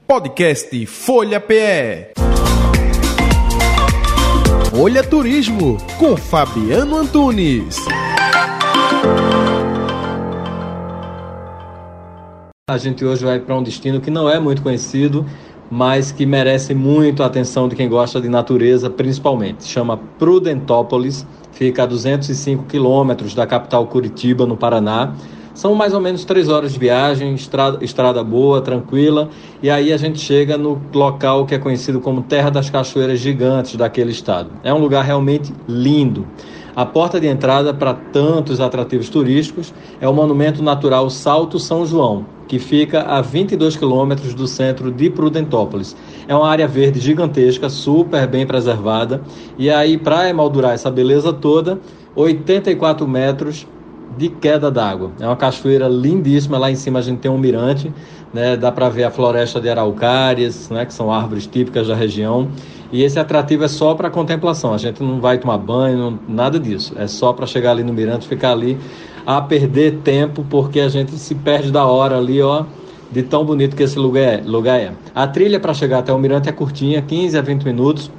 Podcast Folha PE. Folha Turismo com Fabiano Antunes. A gente hoje vai para um destino que não é muito conhecido, mas que merece muito a atenção de quem gosta de natureza, principalmente. Chama Prudentópolis, fica a 205 quilômetros da capital Curitiba, no Paraná. São mais ou menos 3 horas de viagem, estrada boa, tranquila, e aí a gente chega no local que é conhecido como Terra das Cachoeiras Gigantes daquele estado. É um lugar realmente lindo. A porta de entrada para tantos atrativos turísticos é o Monumento Natural Salto São João, que fica a 22 quilômetros do centro de Prudentópolis. É uma área verde gigantesca, super bem preservada, e aí para emoldurar essa beleza toda, 84 metros de queda d'água. É uma cachoeira lindíssima, lá em cima a gente tem um mirante, né? Dá para ver a floresta de araucárias, né? Que são árvores típicas da região, e esse atrativo é só para contemplação, a gente não vai tomar banho, nada disso, é só para chegar ali no mirante, ficar ali a perder tempo, porque a gente se perde da hora ali, ó, de tão bonito que esse lugar é. A trilha para chegar até o mirante é curtinha, 15 a 20 minutos,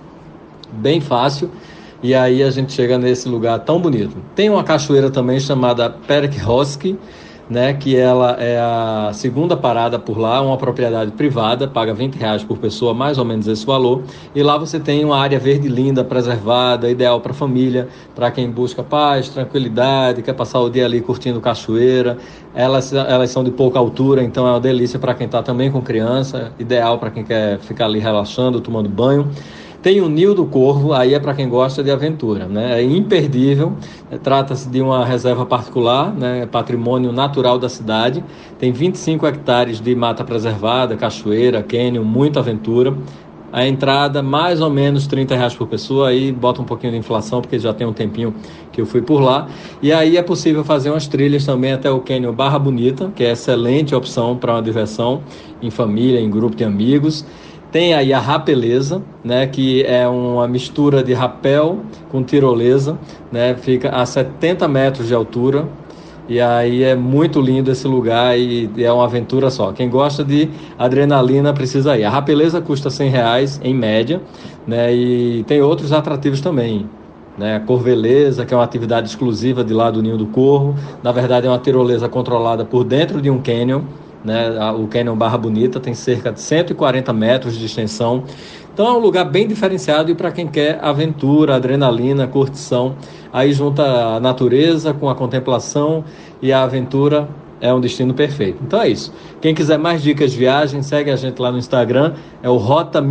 bem fácil. E aí a gente chega nesse lugar tão bonito. Tem uma cachoeira também chamada Perekhoski, né, que ela é a segunda parada por lá, uma propriedade privada, paga R$20 por pessoa, mais ou menos esse valor. E lá você tem uma área verde linda, preservada, ideal para a família, para quem busca paz, tranquilidade, quer passar o dia ali curtindo cachoeira. Elas são de pouca altura, então é uma delícia para quem está também com criança, ideal para quem quer ficar ali relaxando, tomando banho. Tem o Ninho do Corvo, aí é para quem gosta de aventura, né? É imperdível, trata-se de uma reserva particular, né? Patrimônio natural da cidade, tem 25 hectares de mata preservada, cachoeira, cânion, muita aventura. A entrada, mais ou menos R$30 por pessoa, aí bota um pouquinho de inflação, porque já tem um tempinho que eu fui por lá. E aí é possível fazer umas trilhas também até o cânion Barra Bonita, que é excelente opção para uma diversão em família, em grupo de amigos. Tem aí a rapeleza, né, que é uma mistura de rapel com tirolesa, né, fica a 70 metros de altura, e aí é muito lindo esse lugar e é uma aventura só. Quem gosta de adrenalina precisa ir. A rapeleza custa R$100 em média, né, e tem outros atrativos também, né, a Corveleza, que é uma atividade exclusiva de lá do Ninho do Corvo. Na verdade é uma tirolesa controlada por dentro de um cânion, né? O cânion Barra Bonita tem cerca de 140 metros de extensão, então é um lugar bem diferenciado e para quem quer aventura, adrenalina, curtição, aí junta a natureza com a contemplação e a aventura, é um destino perfeito. Então é isso, quem quiser mais dicas de viagem, segue a gente lá no Instagram, é o Rota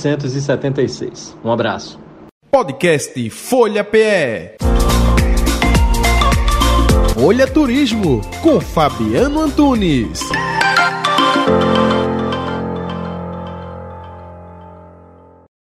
1976. Um abraço. Podcast Folha PE. Folha Turismo com Fabiano Antunes.